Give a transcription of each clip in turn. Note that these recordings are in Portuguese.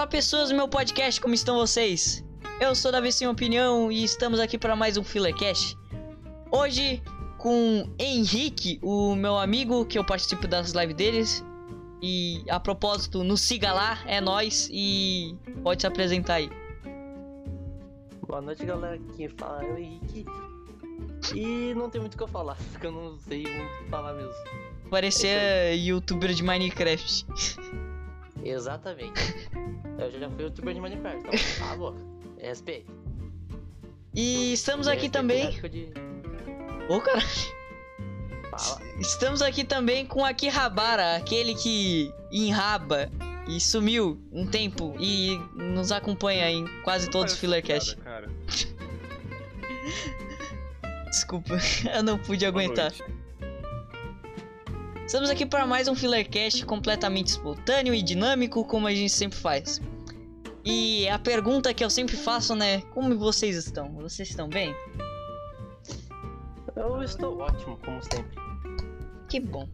Fala pessoas do meu podcast, como estão vocês? Eu sou Davi Sem Opinião e estamos aqui para mais um Fillercast. Hoje com Henrique, o meu amigo, que eu participo das lives deles. E a propósito, nos siga lá, é nóis e pode se apresentar aí. Boa noite, galera, quem fala é o Henrique. E não tem muito o que eu falar, porque eu não sei muito o que falar mesmo. Parecia youtuber de Minecraft. Exatamente. Eu já fui youtuber de Minecraft, então cala a boca. Respeito. E estamos aqui também... Ô, caralho. Fala. Estamos aqui também com Akihabara, aquele que enraba e sumiu um tempo e nos acompanha em quase todos os Fillercast. Desculpa, eu não pude aguentar. Estamos aqui para mais um Fillercast completamente espontâneo e dinâmico, como a gente sempre faz. E a pergunta que eu sempre faço, né? Como vocês estão? Vocês estão bem? Eu estou ótimo, como sempre. Que bom.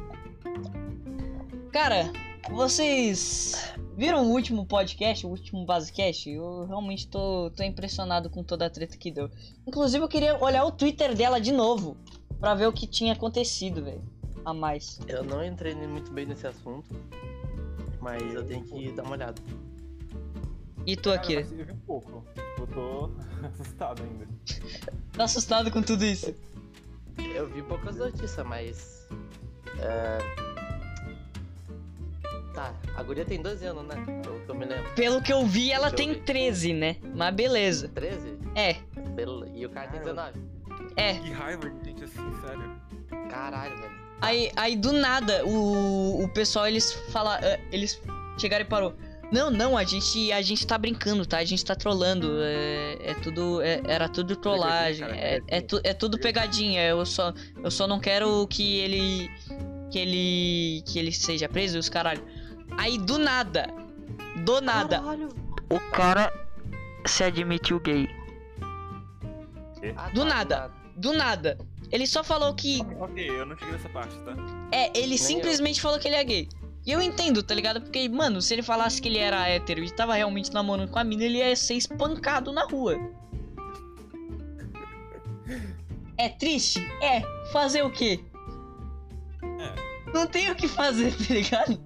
Cara, vocês viram o último podcast, o último Basecast? Eu realmente tô impressionado com toda a treta que deu. Inclusive eu queria olhar o Twitter dela de novo pra ver o que tinha acontecido, velho. A mais. Eu não entrei muito bem nesse assunto, mas eu tenho que dar uma olhada. E tu, Akira? Eu vi um pouco. Eu tô assustado ainda. Tá assustado com tudo isso? Eu vi poucas notícias, mas... Tá, a guria tem 12 anos, né? Pelo que eu me lembro. Pelo que eu vi, ela tem 13, né? Mas beleza. 13? É. E o cara tem 19? É. Que raiva de gente assim, sério. Caralho, velho. Aí do nada, o pessoal, eles eles chegaram e parou. Não, a gente tá brincando, tá? A gente tá trolando. Era tudo trollagem. É tudo pegadinha. Eu só não quero que ele seja preso e os caralho. Aí do nada, Caralho. o cara se admitiu gay. Ah, Do tá, nada. Ele só falou que... Ok, eu não cheguei nessa parte, tá? Ele simplesmente falou que ele é gay. E eu entendo, tá ligado? Porque, mano, se ele falasse que ele era hétero e tava realmente namorando com a mina, ele ia ser espancado na rua. É triste? É. Fazer o quê? Não tem o que fazer, tá ligado?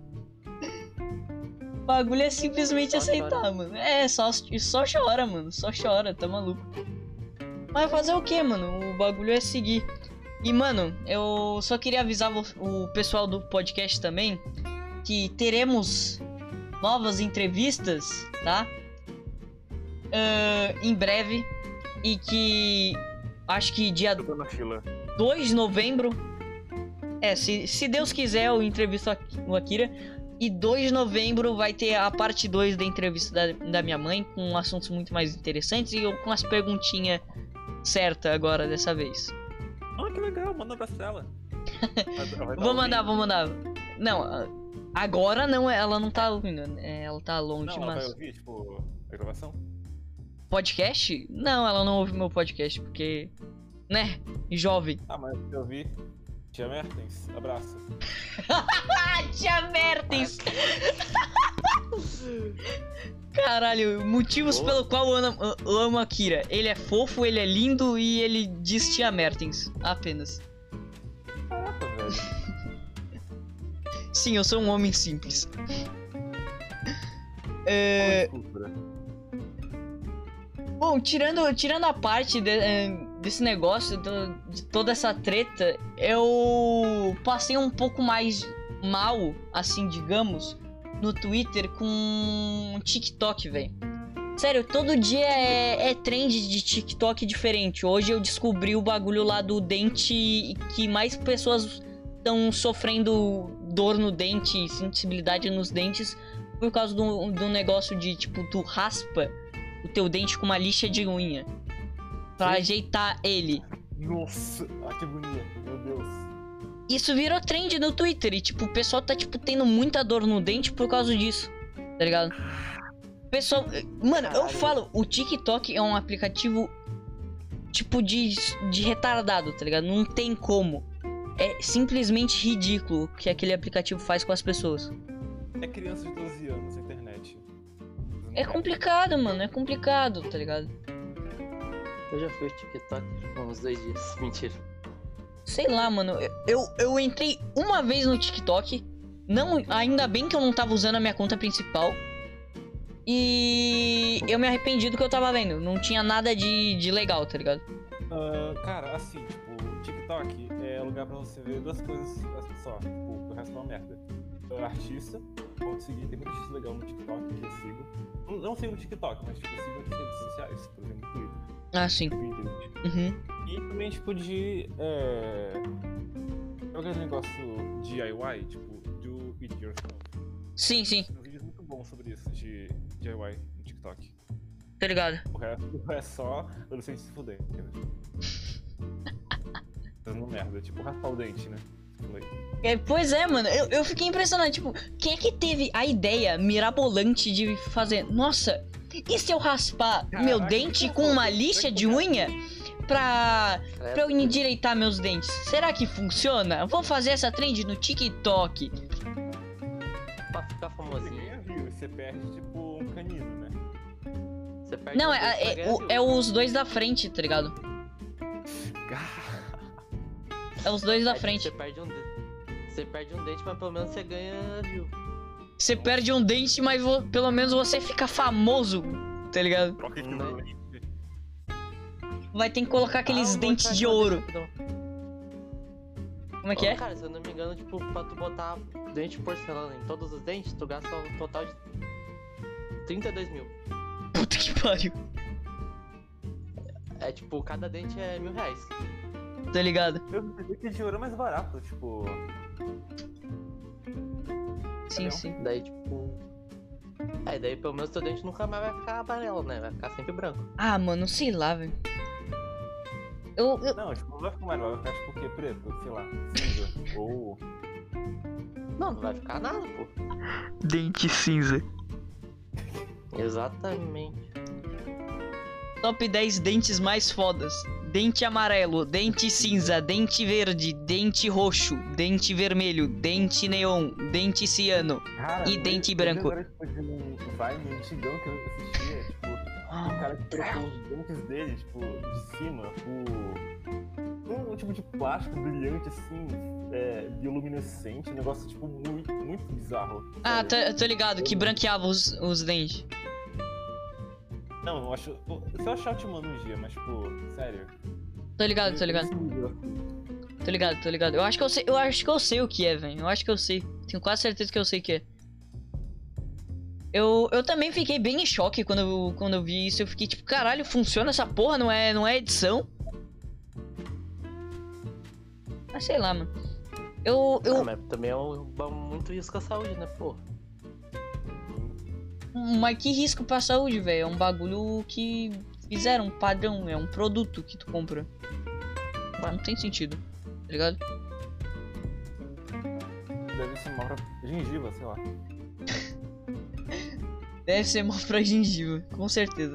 O bagulho é simplesmente Só aceitar, chora. mano. Só chora, mano. Só chora, tá maluco. Mas fazer o quê, mano? O bagulho é seguir. E, mano, eu só queria avisar o pessoal do podcast também que teremos novas entrevistas, tá? Em breve. E que acho que dia Eu tô na fila. 2 de novembro. Se Deus quiser, eu entrevisto o Akira. E 2 de novembro vai ter a parte 2 da entrevista da minha mãe, com assuntos muito mais interessantes e com as perguntinhas certas agora dessa vez. Ah, que legal, manda pra ela. Vou mandar. Não, agora não, ela não tá ouvindo, ela tá longe, Não, ela mas... vai ouvir, tipo, a gravação? Podcast? Não, ela não ouve meu podcast, porque... Né? Jovem. Ah, mas eu ouvi. Tia Mertens, abraço. Tia Mertens! Caralho, motivos pelo qual eu amo Akira. Ele é fofo, ele é lindo e ele diz Tia Mertens. Apenas. Caraca, velho. Sim, eu sou um homem simples. Desculpa. Bom, tirando a parte desse negócio, de toda essa treta, eu passei um pouco mais mal, assim, digamos, no Twitter com TikTok, velho. Sério, todo dia é trend de TikTok diferente. Hoje eu descobri o bagulho lá do dente, que mais pessoas estão sofrendo dor no dente, sensibilidade nos dentes, por causa do negócio de, tipo, tu raspa o teu dente com uma lixa de unha pra ajeitar ele. Nossa, que bonito, meu Deus. Isso virou trend no Twitter e, tipo, o pessoal tá, tipo, tendo muita dor no dente por causa disso, tá ligado? Pessoal, mano, eu falo, o TikTok é um aplicativo, tipo, de retardado, tá ligado? Não tem como. É simplesmente ridículo o que aquele aplicativo faz com as pessoas. É criança de 12 anos na internet. É complicado, mano, é complicado, tá ligado? Eu já fui o TikTok por uns 2 dias. Mentira. Sei lá, mano, eu entrei uma vez no TikTok, não, ainda bem que eu não tava usando a minha conta principal. E eu me arrependi do que eu tava vendo, não tinha nada de legal, tá ligado? Cara, assim, tipo, o TikTok é lugar pra você ver duas coisas só. Tipo, o resto é uma merda. Artista, pode seguir, tem muita artista legal no TikTok que eu sigo. Não sigo no TikTok, mas tipo, eu sigo nas redes sociais, por exemplo, no Twitter. Ah, sim. Pinterest. Uhum. E também, tipo, de. Aquele negócio DIY, tipo, do it yourself. Sim, sim, Tem um vídeo muito bom sobre isso, de DIY no TikTok. tá ligado? O resto é só adolescente se fudendo. Fazendo merda, tipo, raspar o dente, né? Pois é, mano, eu fiquei impressionado, tipo, quem é que teve a ideia mirabolante de fazer, nossa, e se eu raspar meu dente com uma lixa de unha pra eu endireitar meus dentes? Será que funciona? Vou fazer essa trend no TikTok. Pra ficar Você famosinho. ganha view, você perde, tipo, um canino, né? Você perde Não, um dente pra ganhar view. é os dois da frente, tá ligado? É os dois da Tipo, frente. Você perde um dente. Você perde um dente, mas pelo menos você ganha view. Você perde um dente, mas pelo menos você fica famoso, tá ligado? Troca de Né? leite. Vai ter que colocar aqueles Ah, dentes vou de entrar ouro. rapidão. Como é que é? Cara, se eu não me engano, tipo, pra tu botar dente de porcelana em todos os dentes, tu gasta um total de 32 mil. Puta que pariu. É tipo, cada dente é R$1.000. Tá ligado? Eu percebi que de ouro é mais barato, tipo. Sim, Não. sim. Daí, tipo. Daí pelo menos teu dente nunca mais vai ficar amarelo, né? Vai ficar sempre branco. Ah, mano, sei lá, velho. Eu... Não, tipo, não vai ficar amarelo, vai ficar tipo o quê? Preto, sei lá, cinza. Ou. Não vai ficar nada, pô. Dente cinza. Exatamente. Top 10 dentes mais fodas. Dente amarelo, dente cinza, dente verde, dente roxo, dente vermelho, dente neon, dente ciano. Cara, E dente branco. Agora, tipo, de um Vine antigão que eu assistia, tipo, o cara que trocou os dentes dele, tipo, de cima, por um tipo de plástico brilhante, assim, bioluminescente, um negócio, tipo, muito, muito bizarro. Ah, sério. tô ligado, que branqueava os dentes. Não, eu acho. Se eu achar, eu te mando um dia, mas, tipo, sério. Tô ligado, tô ligado. Tô ligado, tô ligado. Eu acho que eu sei o que é, velho. Eu acho que eu sei. Tenho quase certeza que eu sei o que é. Eu também fiquei bem em choque quando eu vi isso. Eu fiquei tipo, caralho, funciona essa porra? Não é edição? Mas sei lá, mano. Ah, mas também é muito risco à saúde, né, pô? Mas que risco pra saúde, velho? É um bagulho que fizeram, um padrão. É um produto que tu compra. Não tem sentido, tá ligado? Deve ser mal pra gengiva, sei lá. Deve ser mal pra gengiva, com certeza.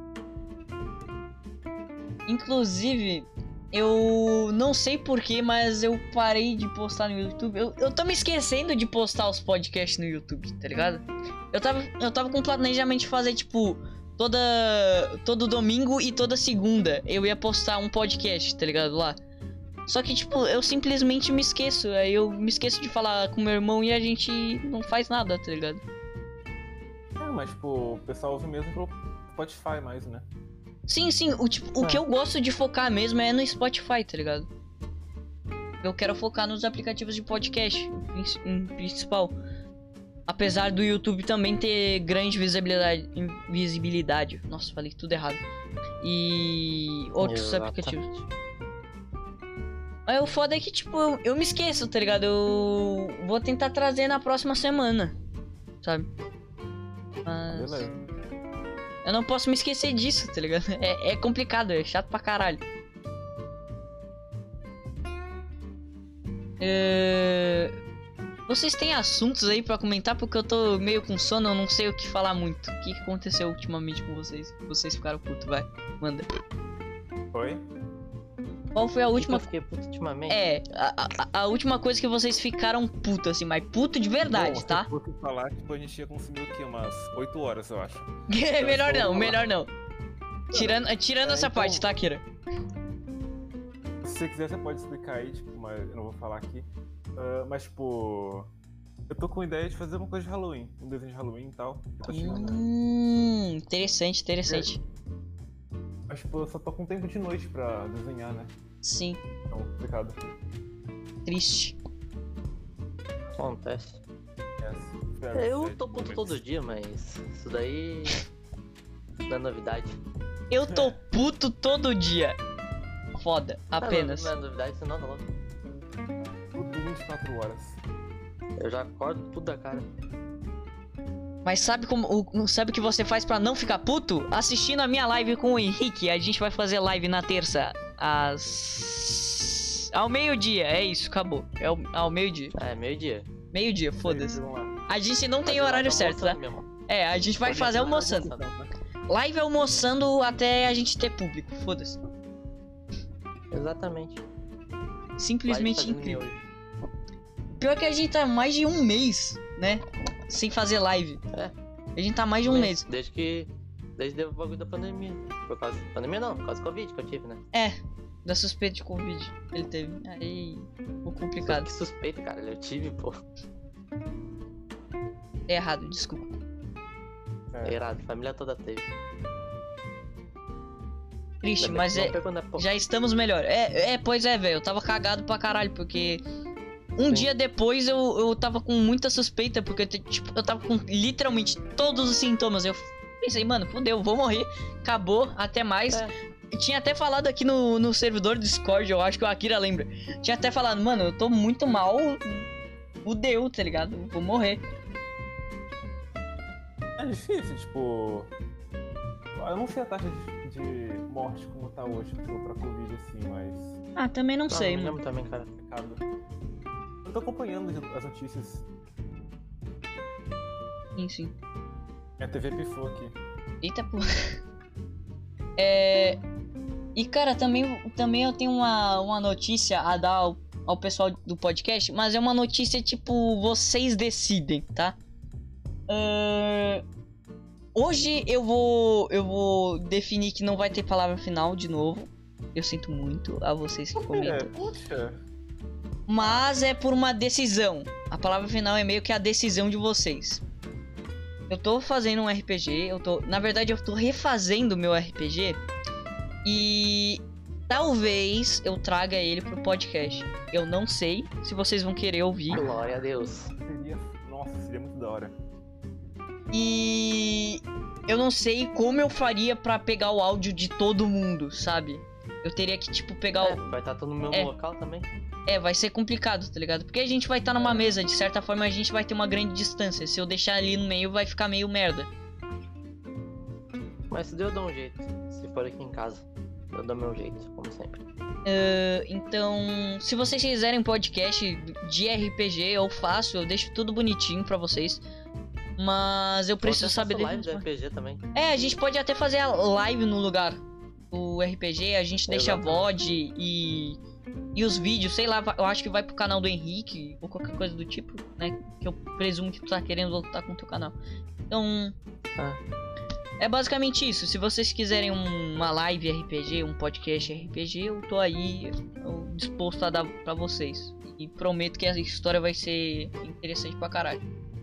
Inclusive, eu não sei porquê, mas eu parei de postar no YouTube. Eu tô me esquecendo de postar os podcasts no YouTube, tá ligado? Eu tava com planejamento de fazer, tipo, todo domingo e toda segunda eu ia postar um podcast, tá ligado? Lá. Só que, tipo, eu simplesmente me esqueço. Aí eu me esqueço de falar com meu irmão e a gente não faz nada, tá ligado? Mas, tipo, o pessoal ouve mesmo pro Spotify mais, né? Sim, o que eu gosto de focar mesmo é no Spotify, tá ligado? Eu quero focar nos aplicativos de podcast, em principal. Apesar do YouTube também ter grande visibilidade. Nossa, falei tudo errado. E outros aplicativos. Mas o foda é que, tipo, eu me esqueço, tá ligado? Eu vou tentar trazer na próxima semana, sabe? Mas... Beleza. eu não posso me esquecer disso, tá ligado? É complicado, é chato pra caralho. Vocês têm assuntos aí pra comentar? Porque eu tô meio com sono, eu não sei o que falar muito. O que aconteceu ultimamente com vocês? Vocês ficaram putos, vai, manda. Oi? Qual foi a última... Eu fiquei puto ultimamente. A última coisa que vocês ficaram puto, assim, mas puto de verdade, Bom, tá? Se eu fosse falar, tipo, a gente ia consumir o quê? Umas 8 horas, eu acho. Melhor não, melhor não. Tirando essa então- parte, tá, Kira? Se você quiser, você pode explicar aí, tipo, mas eu não vou falar aqui. Mas, tipo, eu tô com ideia de fazer uma coisa de Halloween, um desenho de Halloween e tal. Eu tô chegando. Interessante, interessante. Mas, tipo, eu só tô com tempo de noite pra desenhar, né? Sim, Então, complicado. triste. Acontece. Espero Eu que tô seja puto todo dia, mas isso daí não é novidade. Eu tô puto todo dia. Foda, Ah, apenas. Não é novidade, isso não, tá louco. Tudo 24 horas. Eu já acordo tudo da cara. Mas sabe sabe o que você faz pra não ficar puto? Assistindo a minha live com o Henrique. A gente vai fazer live na terça ao meio-dia. É isso, acabou. Ao meio-dia. É, meio-dia. Meio-dia, foda-se. Vamos lá. A gente não tem Mas eu horário tô certo, tá? almoçando mesmo. É, a gente vai Hoje fazer eu tô almoçando. Live almoçando até a gente ter público. Foda-se. Exatamente. Simplesmente Vai fazendo incrível. miojo. Pior que a gente tá mais de um mês, né? Sem fazer live. É. A gente tá mais de um mês. Desde o bagulho da pandemia. Por causa da pandemia não, por causa do Covid que eu tive, né? Da suspeita de Covid ele teve. Aí, um pouco Que complicado. suspeito, cara. Eu tive, pô. É errado, desculpa. É irado, a família toda teve. Triste, Ainda bem mas que não pegou, né, pô? já estamos melhor. Pois é, velho. Eu tava cagado pra caralho, porque um Sim. dia depois eu tava com muita suspeita, porque tipo, eu tava com literalmente todos os sintomas. Eu pensei, mano, fudeu, vou morrer. Acabou, até mais. Eu tinha até falado aqui no servidor do Discord, eu acho que o Akira lembra. Tinha até falado, mano, eu tô muito mal. Fudeu, tá ligado? Vou morrer. É difícil, tipo. Eu não sei a taxa de morte como tá hoje, tipo, pra Covid, assim, mas. Ah, também não sei, me mano. lembro também, cara. Complicado. Eu tô acompanhando as notícias. Sim, sim. Minha TV pifou aqui. Eita porra. E cara, também eu tenho uma notícia a dar ao pessoal do podcast, mas é uma notícia tipo, vocês decidem, tá? Hoje eu vou definir que não vai ter palavra final de novo. Eu sinto muito a vocês que comentam. Puxa. Mas é por uma decisão. A palavra final é meio que a decisão de vocês. Eu tô fazendo um RPG, na verdade eu tô refazendo o meu RPG e talvez eu traga ele pro podcast. Eu não sei se vocês vão querer ouvir. Glória a Deus. Nossa, seria muito da hora. E eu não sei como eu faria pra pegar o áudio de todo mundo, sabe? Eu teria que, tipo, pegar o... Vai estar todo no mesmo local também. vai ser complicado, tá ligado? Porque a gente vai estar numa mesa, de certa forma a gente vai ter uma grande distância. Se eu deixar ali no meio, vai ficar meio merda. Mas se eu dou um jeito, se for aqui em casa. Eu dou meu jeito, como sempre. Então, se vocês quiserem podcast de RPG, eu faço, eu deixo tudo bonitinho pra vocês. Mas eu preciso saber... live do RPG também. A gente pode até fazer a live no lugar do RPG, a gente deixa a VOD e os vídeos, sei lá, eu acho que vai pro canal do Henrique ou qualquer coisa do tipo, né? Que eu presumo que tu tá querendo voltar com o teu canal. Então, é basicamente isso. Se vocês quiserem uma live RPG, um podcast RPG, eu tô aí disposto a dar pra vocês. E prometo que a história vai ser interessante pra caralho.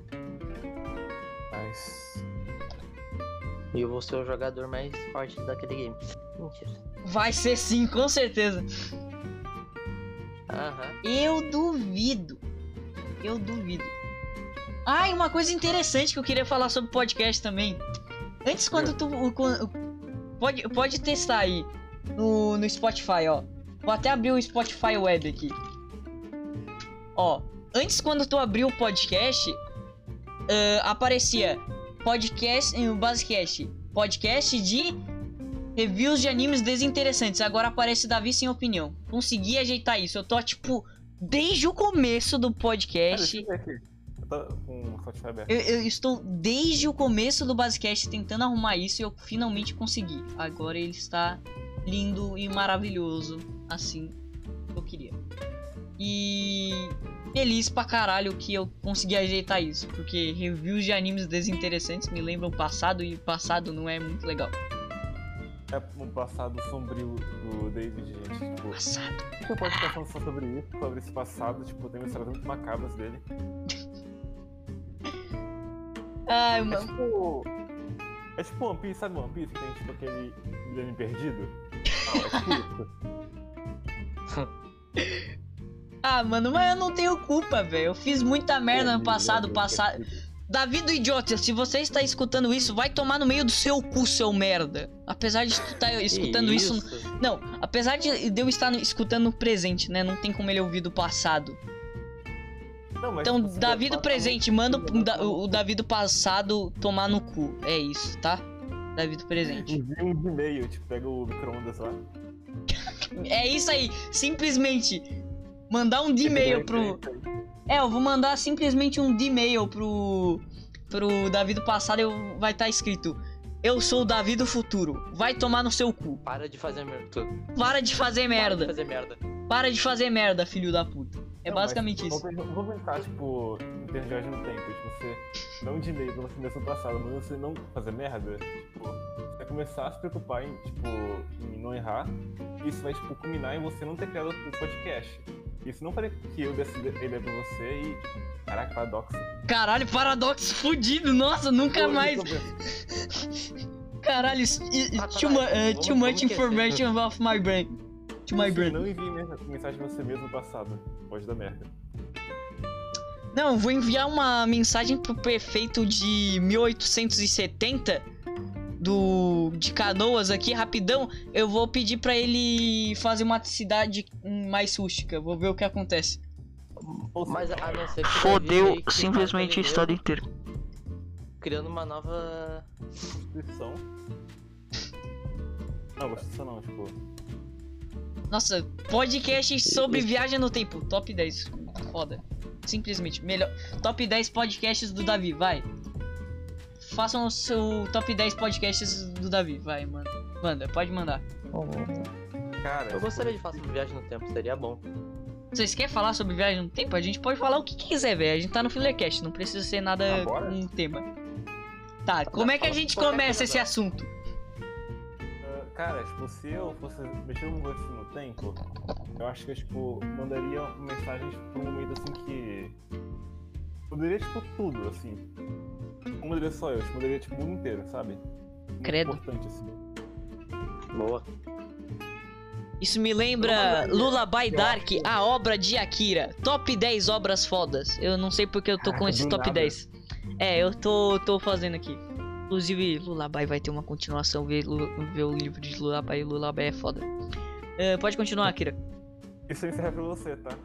E eu vou ser o jogador mais forte daquele game. Mentira. Vai ser sim, com certeza. Aham. Eu duvido. Ah, e uma coisa interessante que eu queria falar sobre podcast também. Antes, quando tu... Pode testar aí no Spotify, ó. Vou até abrir o Spotify Web aqui. Ó, antes quando tu abriu o podcast, aparecia podcast no Basecast. Podcast de reviews de animes desinteressantes. Agora aparece Davi sem opinião. Consegui ajeitar isso. Eu tô, tipo, desde o começo do podcast... Deixa eu ver aqui. Eu tô com o Spotify aberto. Eu estou desde o começo do Basecast tentando arrumar isso e eu finalmente consegui. Agora ele está lindo e maravilhoso, assim, eu queria. E feliz pra caralho que eu consegui ajeitar isso, porque reviews de animes desinteressantes me lembram o passado, e o passado não é muito legal. É um passado sombrio do David, gente. Tipo, Passado. a gente pode ficar falando só sobre isso, sobre esse passado, tipo, tem histórias muito macabras dele. Ai, É mano. tipo. É tipo One Piece, sabe One Piece? Que tem tipo aquele milênio perdido? Não, é tipo isso. Ah, mano, mas eu não tenho culpa, velho. Eu fiz muita merda no passado. Davi do idiota, se você está escutando isso, vai tomar no meio do seu cu, seu merda. Apesar de tu estar escutando isso. Não, apesar de eu estar escutando no presente, né? Não tem como ele ouvir do passado. Não, mas Então, tipo, Davi do presente, manda o o Davi do passado tomar no cu. É isso, tá? Davi do presente. envia um e-mail, tipo, pega o micro-ondas lá. É isso aí, simplesmente mandar um e-mail pro. Eu vou mandar simplesmente um e-mail pro Davi do passado e vai estar escrito: eu sou o Davi do futuro, vai tomar no seu cu. Para de fazer merda. Para de fazer merda. Para de fazer merda, filho da puta. É Não, basicamente mas, isso. Vamos pensar, tipo, em termos de viagem no tempo. Tipo, você não de e-mail pra você mesmo no passado, mas você não fazer merda. Tipo, você vai começar a se preocupar em, tipo, em não errar. E isso vai, tipo, culminar em você não ter criado o podcast. Isso não faria que eu desse ideia pra você e... Caraca, paradoxo. Caralho, paradoxo fudido. Nossa, nunca mais. Caralho, too much information off my brain. To my brain. Não envie mensagem pra você mesmo no passado. Pode dar merda. Não, eu vou enviar uma mensagem pro prefeito de 1870 de Canoas aqui, rapidão. Eu vou pedir pra ele fazer uma cidade mais rústica. Vou ver o que acontece. Mas a não ser que Fodeu simplesmente a história inteira. Criando uma nova Constituição. Não, Constituição não, tipo... Nossa, podcast sobre viagem no tempo. Top 10. Foda. Simplesmente. Melhor. Top 10 podcasts do Davi, vai. Façam o seu top 10 podcasts do Davi, vai, mano. Manda, pode mandar. Cara, Eu gostaria de falar sobre viagem no tempo, seria bom. Vocês querem falar sobre viagem no tempo? A gente pode falar o que quiser, velho. A gente tá no Filecast, não precisa ser nada bora. um tema. Tá, como é que a gente começa esse assunto? Cara, tipo, se eu fosse mexer um lance no tempo, eu acho que eu, tipo, mandaria uma mensagem pra um momento, assim, que... Mudaria, tipo, tudo, assim. Não mudaria só eu, tipo, mudaria, tipo, o mundo inteiro, sabe? Muito Credo. importante, assim. Boa. Isso me lembra Lullaby Dark, a obra de Akira. Top 10 obras fodas. Eu não sei porque eu tô com esse do top nada. 10. É, eu tô fazendo aqui. Inclusive, Lullaby vai ter uma continuação. Ver o livro de Lullaby. Lullaby é foda. Pode continuar, Akira. Isso encerra pra você, tá?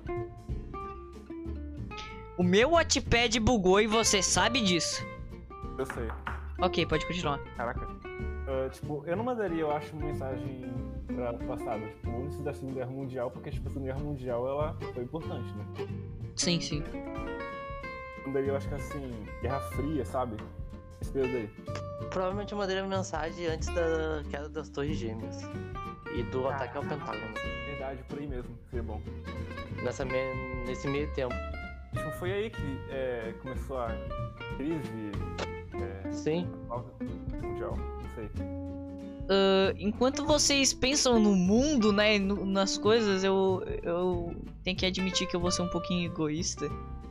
O meu Wattpad bugou e você sabe disso. Eu sei. Ok, pode continuar. Caraca. Tipo, eu não mandaria, eu acho, uma mensagem pra passado. Tipo, antes da Segunda Guerra Mundial, porque, tipo, a Segunda Guerra Mundial, ela foi importante, né? Sim, sim. Eu mandaria, eu acho que, assim, Guerra Fria, sabe? Esse período aí. Provavelmente eu mandaria uma mensagem antes da queda das Torres Gêmeas e do ataque ao Pentágono. Verdade, por aí mesmo, seria bom. Nesse meio tempo. Tipo, foi aí que começou a crise Sim. mundial, não sei. Enquanto vocês pensam no mundo, né, nas coisas, eu tenho que admitir que eu vou ser um pouquinho egoísta.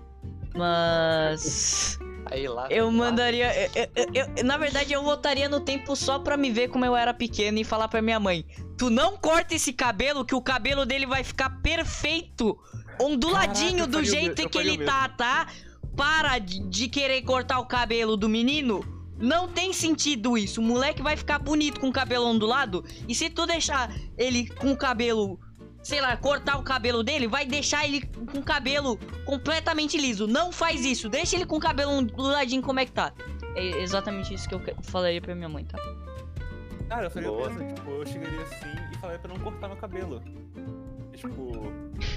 Mas... Aí lá. eu mandaria... na verdade, eu voltaria no tempo só pra me ver como eu era pequeno e falar pra minha mãe: tu não corta esse cabelo, que o cabelo dele vai ficar perfeito, onduladinho. Caraca, do jeito que ele tá? Para de querer cortar o cabelo do menino. Não tem sentido isso. O moleque vai ficar bonito com o cabelo ondulado. E se tu deixar ele com o cabelo, sei lá, cortar o cabelo dele, vai deixar ele com o cabelo completamente liso. Não faz isso. Deixa ele com o cabelo onduladinho como é que tá. É exatamente isso que eu falaria pra minha mãe, tá? Cara, eu faria Boa. mesmo, tipo, eu chegaria assim e falaria pra não cortar meu cabelo. Tipo...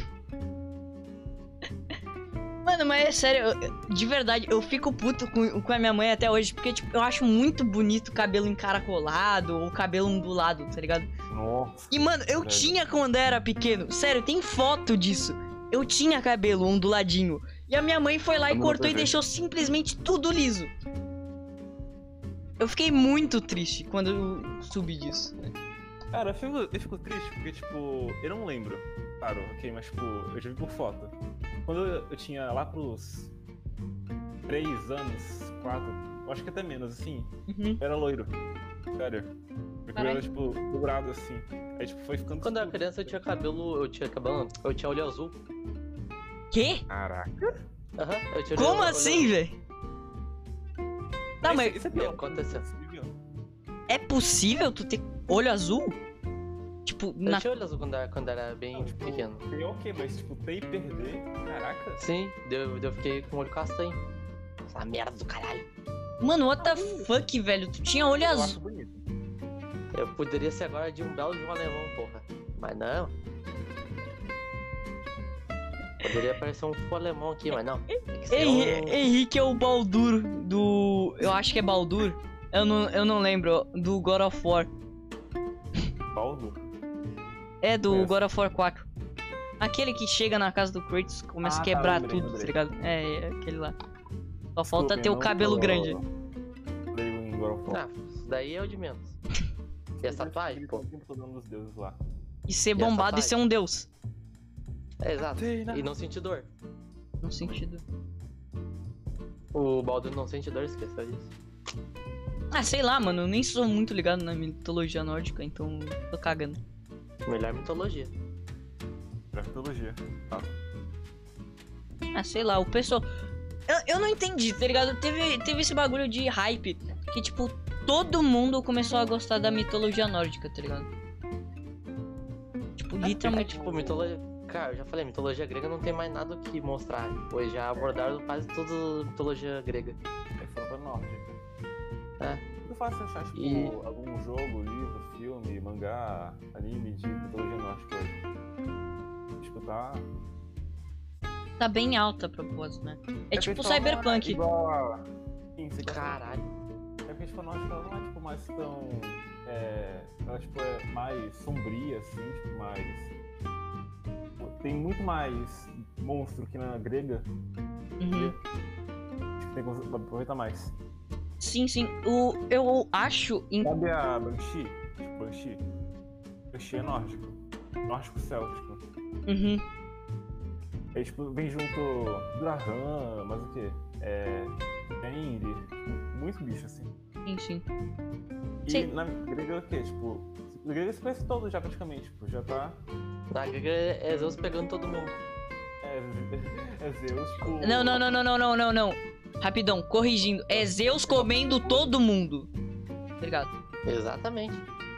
Mano, mas é sério, de verdade, eu fico puto com a minha mãe até hoje, porque, tipo, eu acho muito bonito o cabelo encaracolado ou cabelo ondulado, tá ligado? Nossa. E, mano, eu Velho. tinha quando era pequeno. Sério, tem foto disso. Eu tinha cabelo onduladinho. E a minha mãe foi lá e Vamos cortou e ver. deixou simplesmente tudo liso. Eu fiquei muito triste quando eu soube disso. Cara, eu fico triste porque, tipo, eu não lembro. Claro, ok, mas, tipo, eu já vi por foto. Quando eu tinha lá pros 3 anos, 4, eu acho que até menos, assim, Uhum. eu era loiro. Sério. Meu cabelo Caralho. era, tipo, dourado, assim. Aí, tipo, foi ficando... Quando eu era escuro. criança eu tinha cabelo. Eu tinha olho azul. Quê? Caraca. Aham, eu tinha Como olho assim, velho? Tá, mas Isso é Não, bem aconteceu. possível. é possível tu ter olho azul? Tipo, Eu na... tinha olho azul quando era bem Não, tipo, pequeno. é ok, mas, tipo, ter e perder, caraca. Sim, eu fiquei com o olho castanho. Essa merda do caralho. Mano, what the fuck, velho? Tu tinha olho Eu azul. acho bonito. Eu poderia ser agora de um belo de um alemão, porra. Mas não. Poderia parecer um fofo alemão aqui, mas não. Tem que ser Henrique é o Baldur do... Eu acho que é Baldur. Eu não lembro. Do God of War. Baldo. É do Conheço. God of War 4. Aquele que chega na casa do Kratos, começa a Ah, tá, quebrar lembrei, tudo, tá lembrei. ligado? É aquele lá. Só falta Desculpem, ter o não cabelo tô- grande. Falei em God of War. Ah, isso daí é o de menos. E essa tatuagem, pô? Tô dando os deuses lá. E ser E essa bombado e parte? ser um deus. É, exato. Sei, né? E não sentir dor. No sentido. O Baldur não sente dor, esqueceu disso. Ah, sei lá, mano. Eu nem sou muito ligado na mitologia nórdica, então tô cagando. Melhor mitologia. Pra mitologia. Tá. Ah, sei lá, o pessoal. Eu não entendi, tá ligado? Teve esse bagulho de hype que, tipo, todo mundo começou a gostar da mitologia nórdica, tá ligado? Tipo, literalmente. Tipo, mitologia. Cara, eu já falei, mitologia grega não tem mais nada o que mostrar. Pois já abordaram quase toda a mitologia grega. É foram pra norte. É. Muito fácil achar, tipo, E- algum jogo, livro, filme, mangá, anime de mitologia nórdica hoje. Tipo, tá... Tá bem alta a propósito, né? É tipo porque, tipo, Cyberpunk. não é igual a... Sim, você quer Caralho. É porque, tipo, a nórdica ela não é, tipo, mais tão... Ela, tipo, é mais sombria, assim, tipo, mais... Tem muito mais monstro que na grega. Uhum. Tipo, tem que aproveitar mais. Sim, sim. Eu acho. Sabe a Banshee? Tipo, Banshee? Banshee é nórdico. Nórdico céltico. Uhum. Aí, tipo, vem junto Drahan, mas o quê? Fenrir, muito bicho, assim. Sim, sim. E Sim. na grega é o quê? Tipo, na grega você conhece todo já praticamente, tipo, já tá... Na grega é Zeus pegando todo mundo. É Zeus, tipo... Não. Rapidão, corrigindo. É Zeus comendo todo mundo. Tá ligado? Exatamente.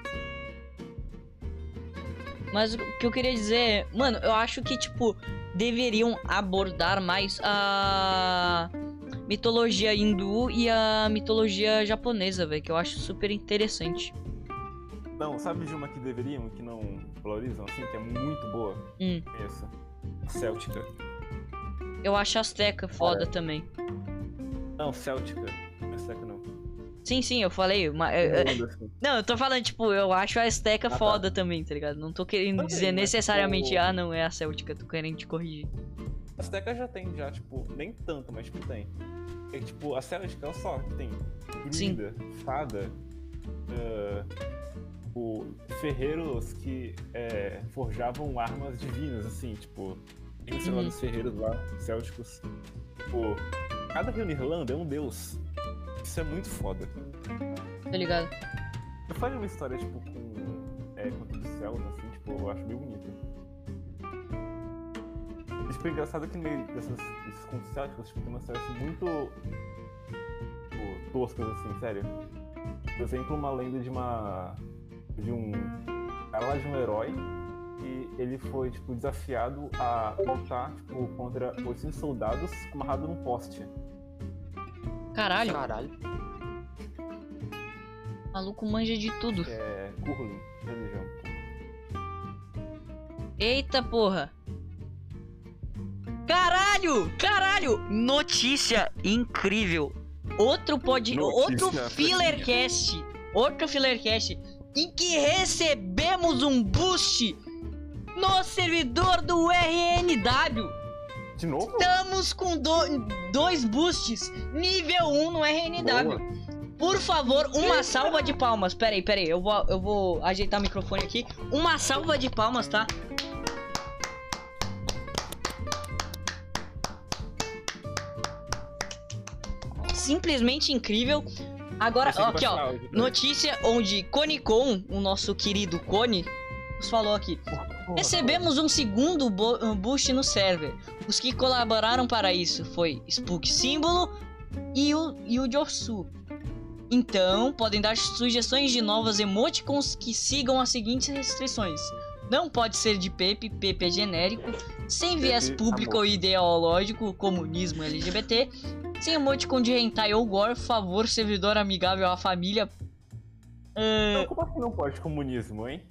Mas o que eu queria dizer é, mano, eu acho que, tipo, deveriam abordar mais a mitologia hindu e a mitologia japonesa, velho, que eu acho super interessante. Não, sabe de uma que deveriam, que não valorizam, assim, que é muito boa? Essa. Céltica. Eu acho a Azteca foda também. Não, Céltica. Não é Azteca, não. Sim, eu falei. Assim. Não, eu tô falando, tipo, eu acho a Azteca tá. foda também, tá ligado? Não tô querendo Também, dizer mas, necessariamente, tipo- ah, não, é a Céltica, tô querendo te corrigir. A Azteca já tem, já, tipo, nem tanto, mas tipo, tem. É que, tipo, a Céltica, ela só tem Sim. druida, fada, ferreiros que forjavam armas divinas, assim, tipo, tem os dos ferreiros lá, célticos. Tipo, cada rio na Irlanda é um deus. Isso é muito foda. Tá ligado? Eu falei uma história, tipo, com todos os céus, assim, tipo, eu acho bem bonito. E, tipo, é engraçado que no meio desses contos célticos, tipo, tem umas histórias assim, muito, tipo, toscas, assim, sério. Por exemplo, uma lenda de um cara lá, de um herói, e ele foi, tipo, desafiado a lutar, tipo, contra 800 soldados amarrado num poste. Caralho, Caralho. o maluco manja de tudo. Que é Curling, religião. Eita porra! Caralho! Notícia incrível! Outro Notícia Fillercast em que recebemos Temos um boost no servidor do RNW. De novo? Estamos com dois boosts nível 1 no RNW. Boa. Por favor, uma salva de palmas. Pera aí, eu vou ajeitar o microfone aqui. Uma salva de palmas, tá? Simplesmente incrível. Agora, ó, aqui ó, notícia onde Conicon, o nosso querido Cone, nos falou aqui. Recebemos um segundo boost no server. Os que colaboraram para isso foi Spook Símbolo e o Josu. Então, podem dar sugestões de novas emoticons que sigam as seguintes restrições. Não pode ser de Pepe, Pepe é genérico, sem viés público ou ideológico, comunismo LGBT, sem emoticon de hentai ou gore, favor, servidor amigável à família. Então, como assim não pode comunismo, hein?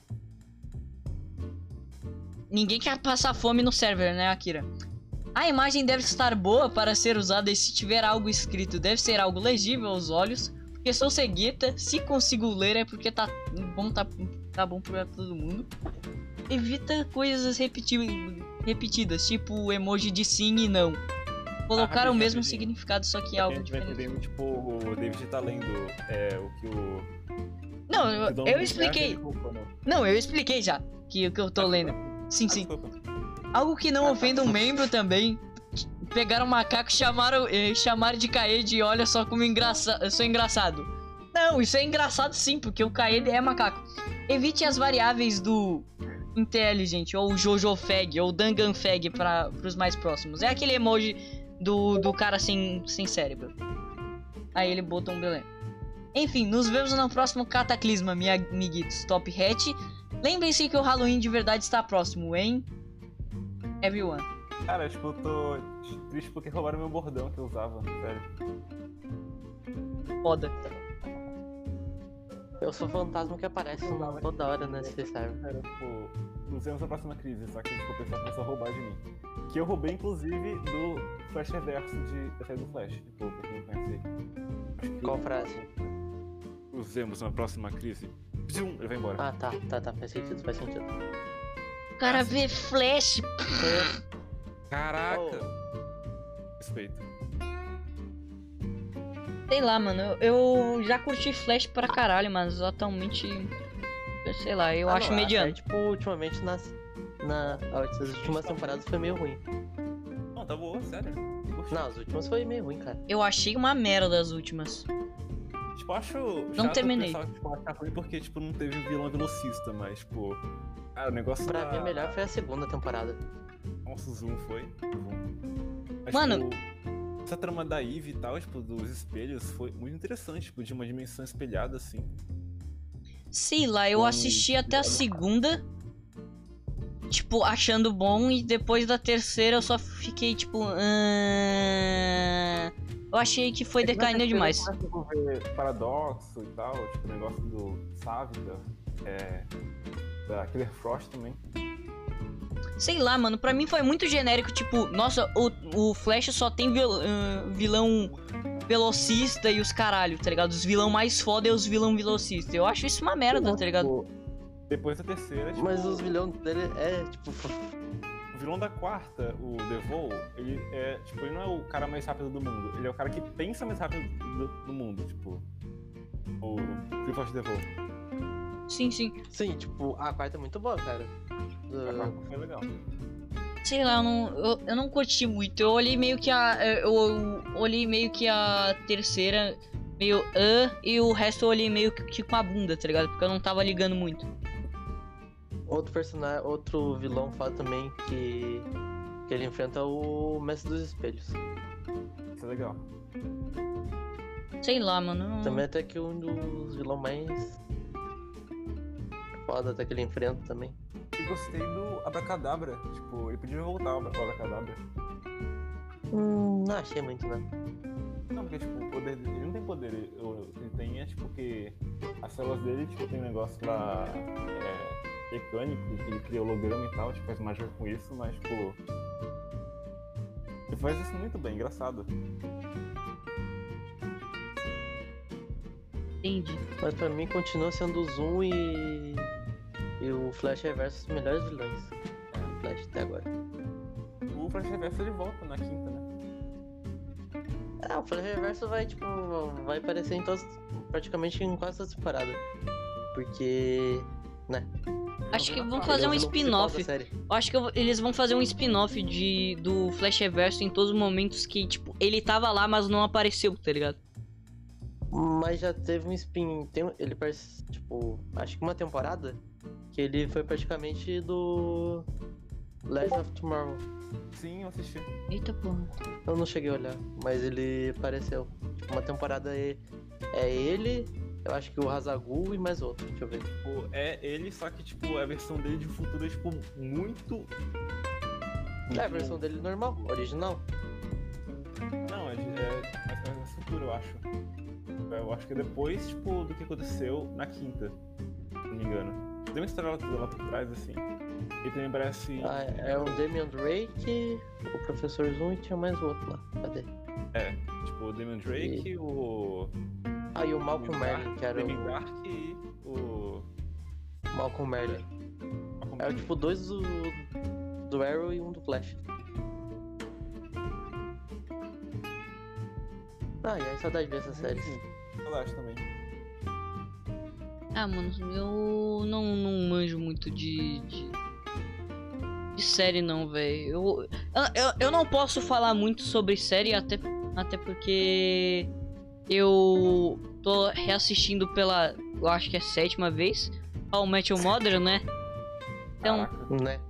Ninguém quer passar fome no server, né, Akira? A imagem deve estar boa para ser usada e se tiver algo escrito deve ser algo legível aos olhos, porque sou cegueta, se consigo ler é porque tá bom pra todo mundo. Evita coisas repetidas, tipo o emoji de sim e não. Colocar o mesmo significado, só que algo diferente. Tipo, o David tá lendo o que o... Não, eu expliquei. Não, eu expliquei já que o que eu tô lendo. Sim, sim. Algo que não ofenda um membro também. Pegaram um macaco e chamaram de Kaede e olha só como eu sou engraçado. Não, isso é engraçado sim, porque o Kaede é macaco. Evite as variáveis do Intelligent, ou JojoFag, ou DanganFag para os mais próximos. É aquele emoji do cara sem cérebro. Aí ele botou um belém. Enfim, nos vemos no próximo Cataclisma, minha amiguitos Top Hat. Lembrem-se que o Halloween de verdade está próximo, hein? Everyone. Cara, tipo, eu tô triste porque roubaram meu bordão que eu usava, sério. Foda. Eu sou o fantasma que aparece toda hora nesse server. Era, tipo, nos vemos na próxima crise, só que tipo, o pessoal começou a roubar de mim. Que eu roubei, inclusive, do Flash Reverso da série do Flash, tipo, pra quem não conhece. Qual frase? Nos vemos na próxima crise. Ele vai embora. Ah, tá, faz sentido. O cara vê Flash. Caraca! Respeito. Sei lá, mano, eu já curti Flash pra caralho, mas atualmente, sei lá, eu acho mediano. Tipo, ultimamente nas últimas temporadas foi meio ruim. Não, tá boa, sério. Não, as últimas foi meio ruim, cara. Eu achei uma merda as últimas. Tipo, acho não terminei. Pensar, tipo, achar ruim porque, tipo, não teve vilão velocista, mas, tipo... Cara, o negócio pra mim, a melhor foi a segunda temporada. Nossa, o Zoom foi. Mas, mano... Tipo, essa trama da Eve e tal, tipo, dos espelhos, foi muito interessante, tipo, de uma dimensão espelhada, assim. Sei lá, eu assisti até a segunda, tipo, achando bom, e depois da terceira eu só fiquei, tipo... Eu achei que foi decaindo demais. Paradoxo e tal, tipo, o negócio do Savita, da Killer Frost também. Sei lá, mano, pra mim foi muito genérico, tipo, nossa, o Flash só tem vilão velocista e os caralho, tá ligado? Os vilão mais foda é os vilão velocista. Eu acho isso uma merda, tá ligado? Tipo, depois da terceira, tipo... Mas os vilões dele tipo... O vilão da quarta, o Devil, ele é, tipo, ele não é o cara mais rápido do mundo, ele é o cara que pensa mais rápido do mundo, tipo, o Clifford Devil. Sim. Sim, tipo, a quarta é muito boa, cara. A quarta foi legal. Sei lá, eu não curti muito, eu olhei meio que a terceira, meio e o resto eu olhei meio que com a bunda, tá ligado? Porque eu não tava ligando muito. Outro vilão foda também que ele enfrenta o Mestre dos Espelhos. Isso é legal. Sei lá, mano. Também até que um dos vilões mais foda até que ele enfrenta também. Eu gostei do Abracadabra, tipo, ele podia voltar o Abracadabra. Não achei muito, né? Não, porque tipo, o poder dele, ele não tem poder, ele tem tipo que as células dele, tipo, tem um negócio lá mecânico, que ele cria holograma e tal, tipo, faz mágica com isso, mas tipo... Ele faz isso muito bem, engraçado. Entendi. Mas pra mim continua sendo o Zoom e E o Flash Reverso os melhores vilões. O Flash até agora. O Flash Reverso ele volta na quinta, né? O Flash Reverso vai, tipo, vai aparecer em todas, praticamente em quase todas as temporadas. Porque, né? Acho que vão Ele fazer é o um vilão principal spin-off. da série. Eu acho que eles vão fazer um spin-off do Flash Reverso em todos os momentos que, tipo, ele tava lá, mas não apareceu, tá ligado? Mas já teve um spin. Ele parece, tipo, acho que uma temporada que ele foi praticamente do Legend of Tomorrow. Sim, eu assisti. Eita porra. Eu não cheguei a olhar, mas ele apareceu. Tipo, uma temporada é ele, eu acho que o Hazagul e mais outro, deixa eu ver. Tipo, é ele, só que, tipo, a versão dele de futuro é, tipo, muito... É a versão dele normal, original. Não, é mais futuro, eu acho. Eu acho que é depois, tipo, do que aconteceu na quinta, se não me engano. Tem uma história lá por trás, assim. E também parece... É o Damian Drake, o Professor Zoom e tinha mais outro lá. Cadê? Tipo, o Damian Drake, o... E o Malcolm Merlin, que era Damien o... Dark e o... Malcolm Merlin. É o tipo dois do Arrow e um do Flash. E aí, saudade de ver essas séries. Saudade também. Ah, mano, eu não manjo muito de série não, velho. Eu não posso falar muito sobre série, até porque eu tô reassistindo pela, eu acho que é a 7ª vez, How I Met Your Mother, né? Então, Caraca. Né?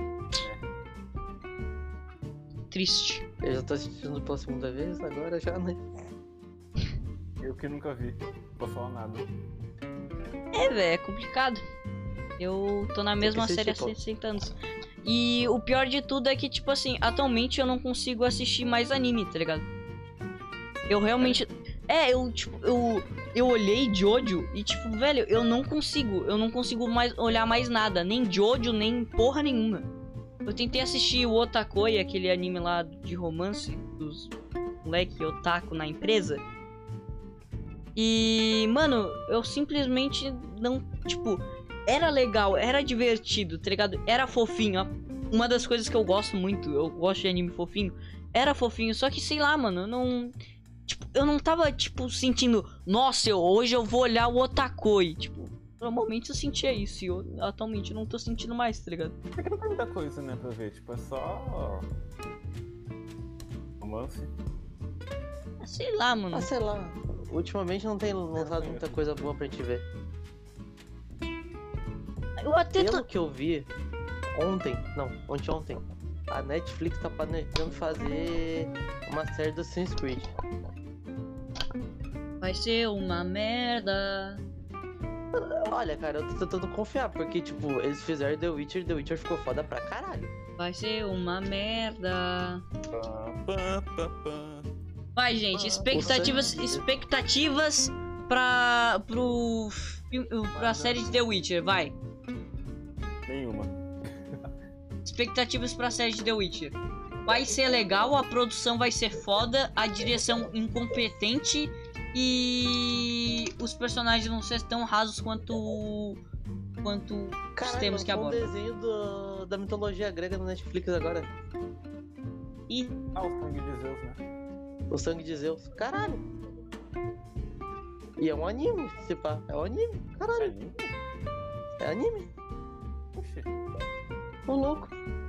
triste. Eu já tô assistindo pela 2ª vez, agora já, né? Eu que nunca vi. Não posso falar nada. É, velho, é complicado. Eu tô na mesma série há 60 anos. E o pior de tudo é que, tipo assim, atualmente eu não consigo assistir mais anime, tá ligado? Eu realmente... eu olhei Jojo e, tipo, velho, eu não consigo mais olhar mais nada. Nem Jojo, nem porra nenhuma. Eu tentei assistir o Otakoi, aquele anime lá de romance dos moleque otaku na empresa. E, mano, eu simplesmente não, tipo, era legal, era divertido, tá ligado? Era fofinho, uma das coisas que eu gosto muito, eu gosto de anime fofinho, era fofinho, só que sei lá, mano, eu não tava, tipo, sentindo, nossa, hoje eu vou olhar o Otakoi, tipo, normalmente eu sentia isso, e eu atualmente não tô sentindo mais, tá ligado? É que não tem muita coisa, né, pra ver, tipo, é só... romance. Sei lá, mano. Sei lá. Ultimamente não tem lançado muita coisa boa pra gente ver. Eu até Pelo que eu vi ontem, a Netflix tá planejando fazer uma série do Assassin's Creed. Vai ser uma merda. Olha, cara, eu tô tentando confiar, porque, tipo, eles fizeram The Witcher ficou foda pra caralho. Vai ser uma merda. Vai, gente, expectativas pra série de The Witcher, vai. Nenhuma. Expectativas pra série de The Witcher. Vai ser legal, a produção vai ser foda, a direção incompetente e os personagens vão ser tão rasos quanto os temas que abordam. Um desenho da mitologia grega no Netflix agora. E o sangue de Zeus, né? O sangue de Zeus. Caralho. E é um anime, se pá. É um anime. Caralho. É anime. Oxi. Ô louco.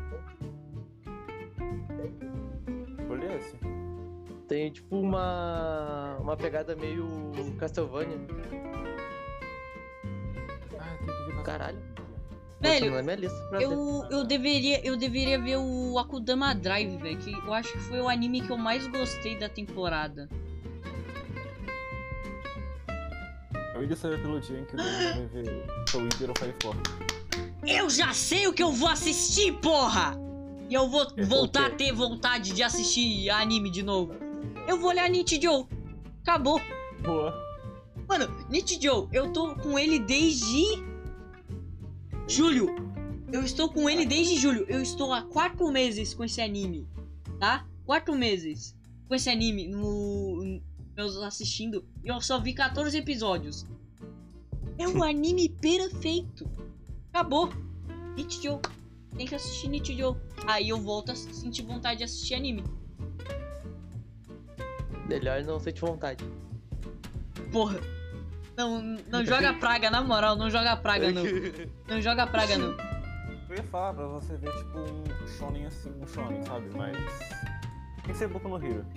Olha esse. Tem tipo uma pegada meio Castlevania. Tem que ver. Caralho. velho, Não é minha lista pra ver. eu deveria ver o Akudama Drive, velho, que eu acho que foi o anime que eu mais gostei da temporada. Eu iria saber pelo dia em que o Daniel vai ver Soul Eater ou Fire Force. Eu já sei o que eu vou assistir, porra! E eu vou voltar a quê? ter vontade de assistir anime de novo. Eu vou olhar Nichijou. Acabou. Boa. Mano, Nichijou, eu tô com ele desde julho. Eu estou com ele desde julho. Eu estou há 4 meses com esse anime, tá? 4 meses com esse anime eu assistindo. E eu só vi 14 episódios. É um anime perfeito. Acabou. Nichijou. Tem que assistir Nichijou. Aí eu volto a sentir vontade de assistir anime. Melhor não sentir vontade. Porra. Não joga praga, na moral, não joga praga não. Não joga praga não. Eu ia falar pra você ver, tipo, um shonen assim, sabe? Mas... tem que ser Boku no Hero.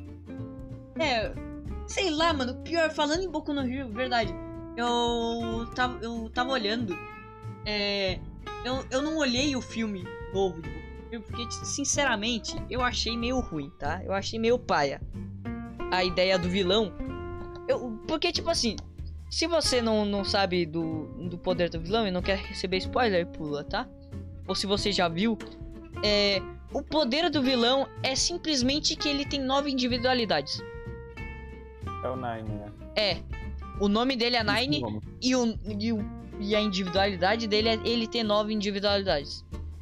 Sei lá, mano. Pior, falando em Boku no Hero, verdade. Eu tava olhando. Eu não olhei o filme novo de Boku no Hero, porque, sinceramente, eu achei meio ruim, tá? Eu achei meio paia a ideia do vilão. Porque, tipo assim, se você não sabe do poder do vilão e não quer receber spoiler, pula, tá? Ou se você já viu, o poder do vilão é simplesmente que ele tem 9 individualidades. É o Nine, né? O nome dele é Nine e a individualidade dele é ele ter 9 individualidades.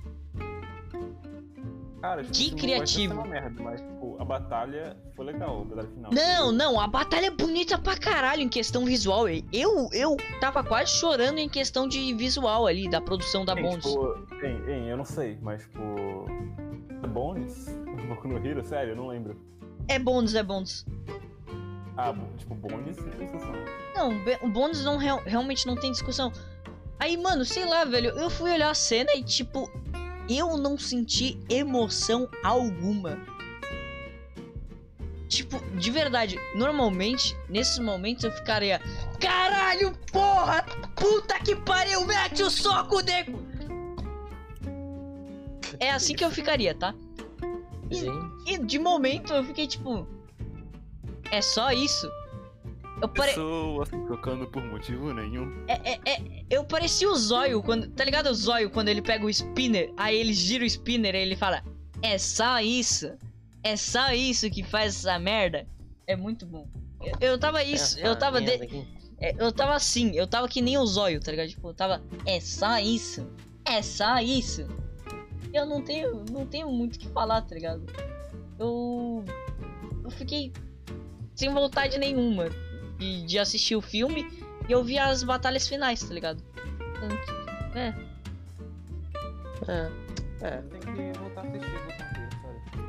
Cara, tipo, Que criativo. Não vai ser uma merda, mas, tipo, a batalha foi legal, a batalha final. Não, a batalha é bonita pra caralho em questão visual. Eu tava quase chorando em questão de visual ali, da produção da Bones. Tipo, eu não sei, mas, tipo... é Bones? Boku no Hero? Sério, eu não lembro. É Bones. Ah, tipo, Bones não tem discussão. Não, o Bones realmente não tem discussão. Aí, mano, sei lá, velho, eu fui olhar a cena e, tipo, eu não senti emoção alguma. Tipo, de verdade, normalmente, nesses momentos eu ficaria: caralho, porra, puta que pariu, mete o soco, nego! É assim que eu ficaria, tá? E de momento eu fiquei tipo: é só isso? Pessoas trocando por motivo nenhum. Eu parecia o Zóio quando. Tá ligado o Zóio quando ele pega o spinner? Aí ele gira o spinner e ele fala: é só isso? É só isso que faz essa merda? É muito bom. Eu tava isso, eu tava eu tava assim, eu tava que nem o Zóio, tá ligado? Tipo, eu tava: é só isso? É só isso? Eu não tenho muito o que falar, tá ligado? Eu fiquei sem vontade nenhuma de assistir o filme e eu vi as batalhas finais, tá ligado? Tem que voltar a assistir Boku no Hero,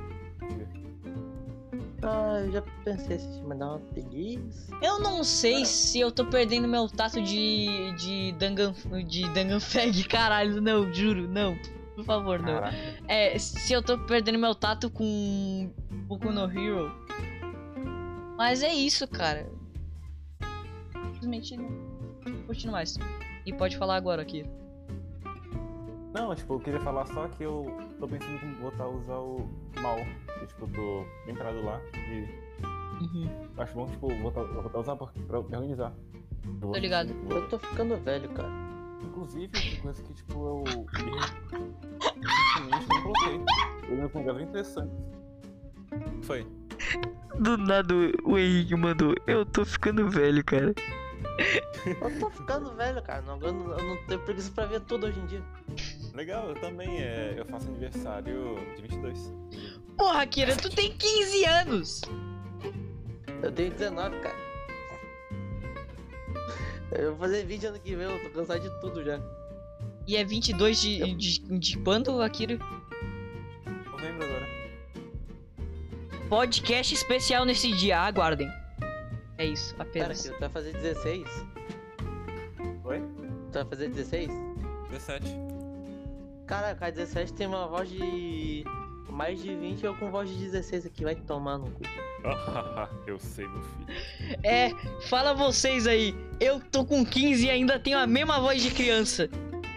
sério. Eu já pensei em assistir, mas dá uma preguiça. Eu não sei se eu tô perdendo meu tato de Danganfeg, caralho, não, juro, não. Por favor, não. Caraca. Se eu tô perdendo meu tato com Boku no Hero. Mas é isso, cara. Simplesmente não curtindo mais. E pode falar agora, Akira. Não, tipo, eu queria falar só que eu tô pensando em voltar a usar o mal. Que, tipo, eu tô bem parado lá e... eu acho bom, tipo, voltar a usar pra me organizar. Tô ligado. Eu tô ficando velho, cara. Inclusive, tem coisa que, tipo, eu recentemente não coloquei. Eu lembro com um lugar interessante. Foi. Do nada o Henrique mandou: eu tô ficando velho, cara. Eu tô ficando velho, cara. Eu não tenho preguiça pra ver tudo hoje em dia. Legal, eu também, eu faço aniversário de 22. Porra, Akira, tu tem 15 anos! Eu tenho 19, cara. Eu vou fazer 20 ano que vem, eu tô cansado de tudo já. E é 22 de quando, Akira? Novembro agora. Podcast especial nesse dia, aguardem. É isso, Cara, apenas. que tu vai fazer 16? Oi? Tu vai fazer 16? 17. Caraca, a 17 tem uma voz de mais de 20 e eu com voz de 16 aqui, vai tomar no cu. Eu sei, meu filho. Fala vocês aí. Eu tô com 15 e ainda tenho a mesma voz de criança.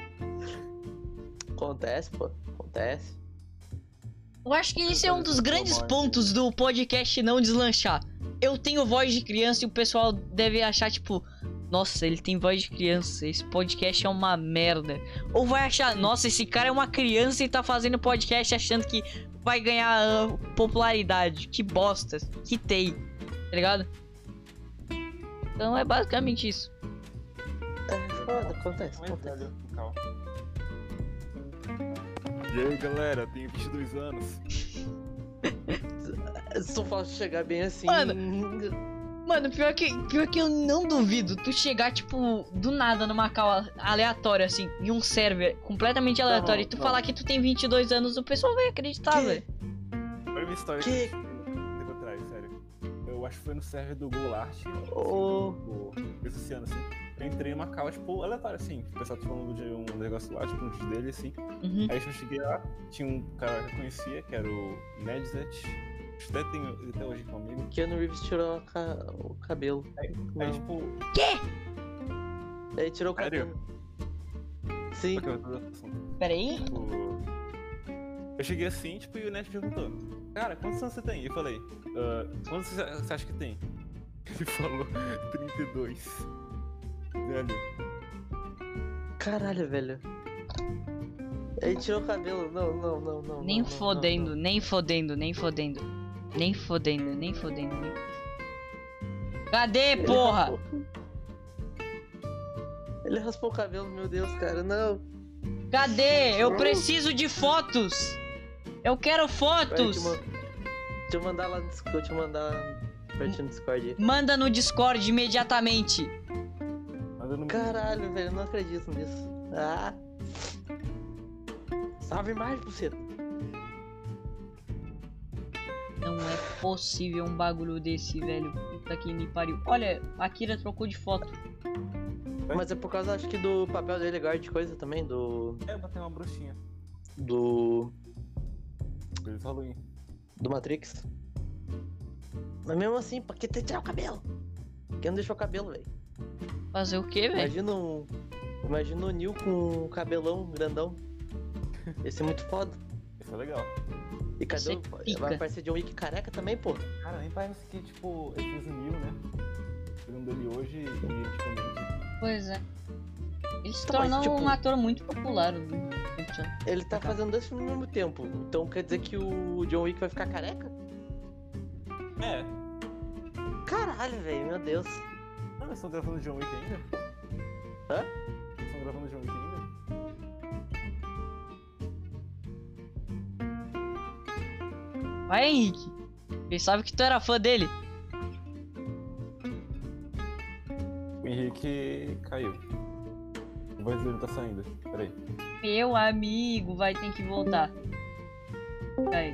Acontece, pô. Acontece. Eu acho que esse é um dos grandes pontos do podcast não deslanchar. Eu tenho voz de criança e o pessoal deve achar, tipo, nossa, ele tem voz de criança, esse podcast é uma merda. Ou vai achar, nossa, esse cara é uma criança e tá fazendo podcast achando que vai ganhar popularidade. Que bosta, que tem, tá ligado? Então é basicamente isso. Foda, acontece. E aí, galera, tenho 22 anos. Só posso chegar bem assim. Mano, Mano, pior que eu não duvido tu chegar, tipo, do nada numa call aleatória, assim, em um server completamente aleatório, e tu falar que tu tem 22 anos, o pessoal vai acreditar, velho. Olha uma história Que? que eu atrás, sério. Eu acho que foi no server do Golart, Oh. esse ano, assim. Eu entrei numa call, tipo, aleatória, assim. O pessoal tá falando de um negócio lá, tipo, um vídeo dele, assim. Uhum. Aí eu cheguei lá, tinha um cara que eu conhecia, que era o Nedzet. Até tem ele até hoje comigo. Keanu Reeves tirou o cabelo. Aí Não. tipo, Ele tirou o Sério? cabelo. Sim. ok, eu tô dando assunto. Peraí. Tipo, eu cheguei assim, tipo, e o Net perguntou: Cara, quantos anos você tem? Eu falei: Quantos você acha que tem? Ele falou: 32. Velho. Caralho, velho. Ele tirou o cabelo. Não. Nem não, fodendo, não. nem fodendo, nem fodendo. Nem fodendo, nem fodendo. Cadê, Ele porra? raspou- Ele raspou o cabelo, meu Deus, cara. Não. Cadê? Eu preciso de fotos. Eu quero Peraí, fotos. deixa eu mandar lá no Discord. Deixa eu mandar pra ti no Discord. Manda no Discord imediatamente. Manda no Caralho, velho. Eu não acredito nisso. Ah. Salve mais, buceta. Não é possível um bagulho desse, velho. Puta que me pariu. Olha, a Kira trocou de foto. Mas é por causa, acho que do papel dele agora de coisa também. Do. Eu botei uma bruxinha. Do. Feliz Halloween. Do Matrix. Mas mesmo assim, pra que ter que tirar o cabelo? Por que não deixou o cabelo, velho? Fazer o que, velho? Imagina o Neo com um cabelão grandão. Esse é muito foda. Isso é legal. E cadê Você o. pica. Vai aparecer John Wick careca também, pô. Cara, nem parece que, tipo, ele fez o Neil, né? Pegando dele hoje e antigamente. Pois é. Ele se Então, mas, tornou tipo- um ator muito popular. Ele tá fazendo dois filmes ao mesmo tempo. Então quer dizer que o John Wick vai ficar careca? É. Caralho, velho, meu Deus. Não, eles estão gravando John Wick ainda? Hã? Eles estão gravando John Wick ainda? Vai, Henrique. Ele sabe que tu era fã dele. O Henrique caiu. O voz dele tá saindo. Peraí. Meu amigo vai ter que voltar. Aí.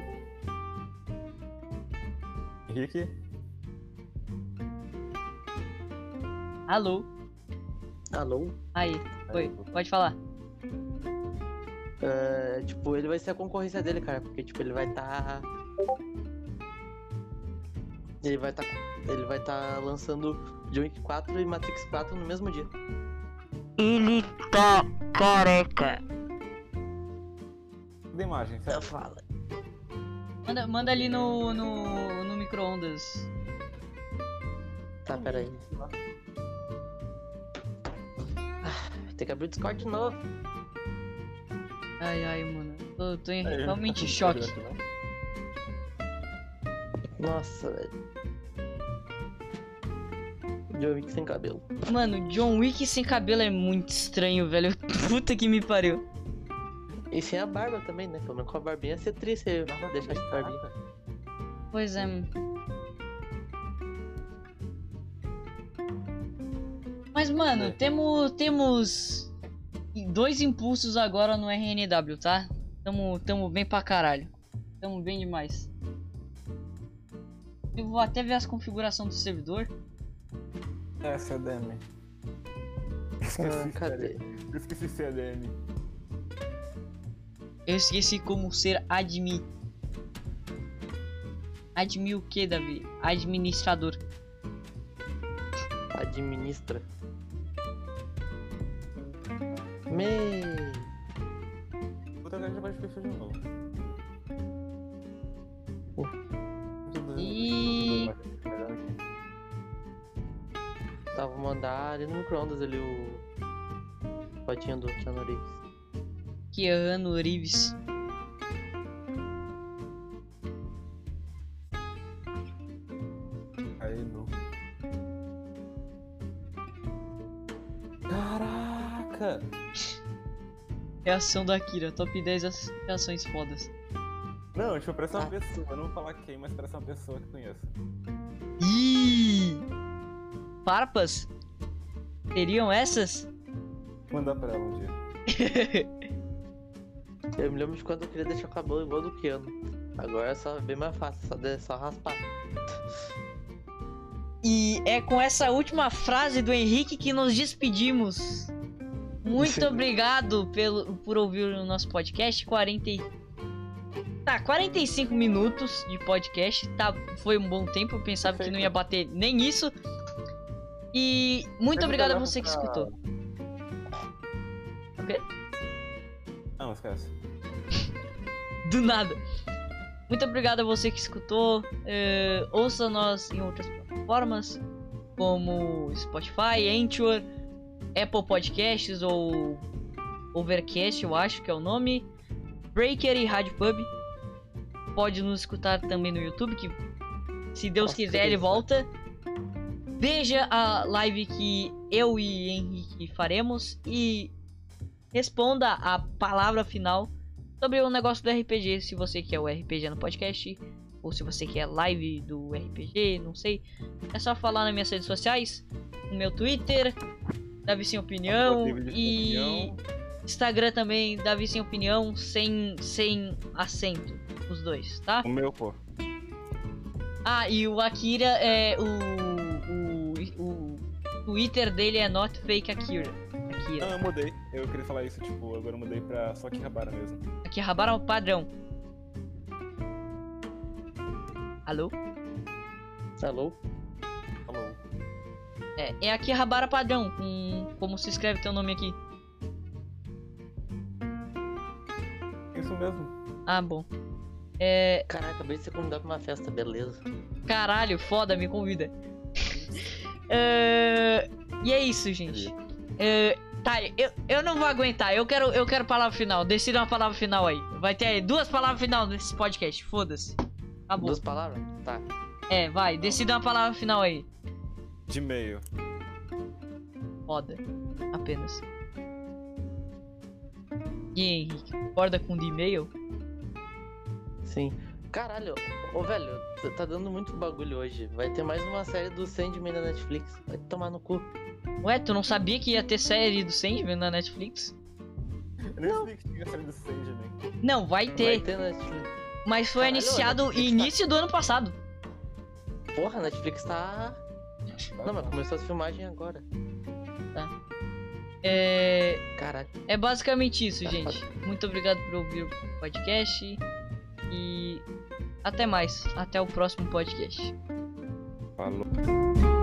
Henrique? Alô? Alô? Aí. Oi. Pode falar. Tipo, ele vai ser a concorrência dele, cara. Porque, tipo, ele vai tá. Ele vai tá lançando John Wick 4 e Matrix 4 no mesmo dia. Ele tá careca. Cadê a imagem? Então fala. Manda ali no micro-ondas. Tá, peraí. Tem que abrir o Discord de novo. Ai, mano. Tô em Aí, realmente tá choque. direto, né? Nossa, velho. John Wick sem cabelo. Mano, John Wick sem cabelo é muito estranho, velho. Puta que me pariu. E sem a barba também, né? Pelo menos com a barbinha ia ser triste se deixar de barbinha. Caraca. Pois é. Mas, mano, temos 2 impulsos agora no RNW, tá? Tamo bem pra caralho. Tamo bem demais. Eu vou até ver as configurações do servidor. É, CDM. Cadê? Eu esqueci CDM. Eu esqueci como ser admin. Admin o que, Davi? Administrador. Administra. Vou trocar de baixo perfil de novo. E Tá, vou mandar ali no micro-ondas ali o fotinho do Keanu Reeves. Keanu Reeves. Aí não. Caraca! Reação da Kira, top 10 reações fodas. Não, tipo, parece uma pessoa. Eu não vou falar quem, mas parece uma pessoa que conheço. Ih! farpas seriam essas? Vou mandar pra ela um dia. Eu me lembro de quando eu queria deixar o cabelo igual do Keanu. Agora é só bem mais fácil, só raspar. E é com essa última frase do Henrique que nos despedimos. Muito obrigado por ouvir o nosso podcast. 45 minutos de podcast. Tá, foi um bom tempo. Eu pensava que não ia bater nem isso. E muito obrigado a você que escutou. O quê? Não, esquece. Do nada. Muito obrigado a você que escutou. Ouça nós em outras plataformas como Spotify, Anchor, Apple Podcasts ou Overcast, eu acho que é o nome, Breaker e Rádio Pub. Pode nos escutar também no YouTube, que se Deus quiser ele volta. Veja a live que eu e Henrique faremos e responda a palavra final sobre o negócio do RPG, se você quer o RPG no podcast, ou se você quer live do RPG, não sei. É só falar nas minhas redes sociais, no meu Twitter, Davi Sem Opinião, e Instagram também, Davi Sem Opinião, sem acento, os dois, tá? O meu, pô. Ah, e o Akira é o Twitter dele é Not Fake Akira. Não, eu mudei. Eu queria falar isso, tipo, agora eu mudei pra só Akihabara mesmo. Akihabara é o padrão. Alô? Alô? Falou. É Akihabara padrão, como se escreve teu nome aqui. Isso mesmo. Ah, bom. Caraca, acabei de ser convidado pra uma festa, beleza. Caralho, foda, me convida. E é isso, gente. Tá, eu não vou aguentar. Eu quero palavra final. Decida uma palavra final aí. Vai ter 2 palavras final nesse podcast. Foda-se. Acabou. 2 palavras? Tá. Vai. Decida uma palavra final aí. De meio. Foda. Apenas. E aí, Henrique? Concorda com o de e-mail? Sim. Caralho, ô velho, tá dando muito bagulho hoje. Vai ter mais uma série do Sandman na Netflix. Vai tomar no cu. Ué, tu não sabia que ia ter série do Sandman na Netflix? Eu nem sabia que tinha série do Sandman. Não, vai ter. Vai ter na Netflix. Mas foi Caralho, iniciado a Netflix início do ano passado. Porra, a Netflix tá... Não, mas começou as filmagens agora. Caralho. É basicamente isso, Tá, gente. Muito obrigado por ouvir o podcast. E até mais. Até o próximo podcast. Falou.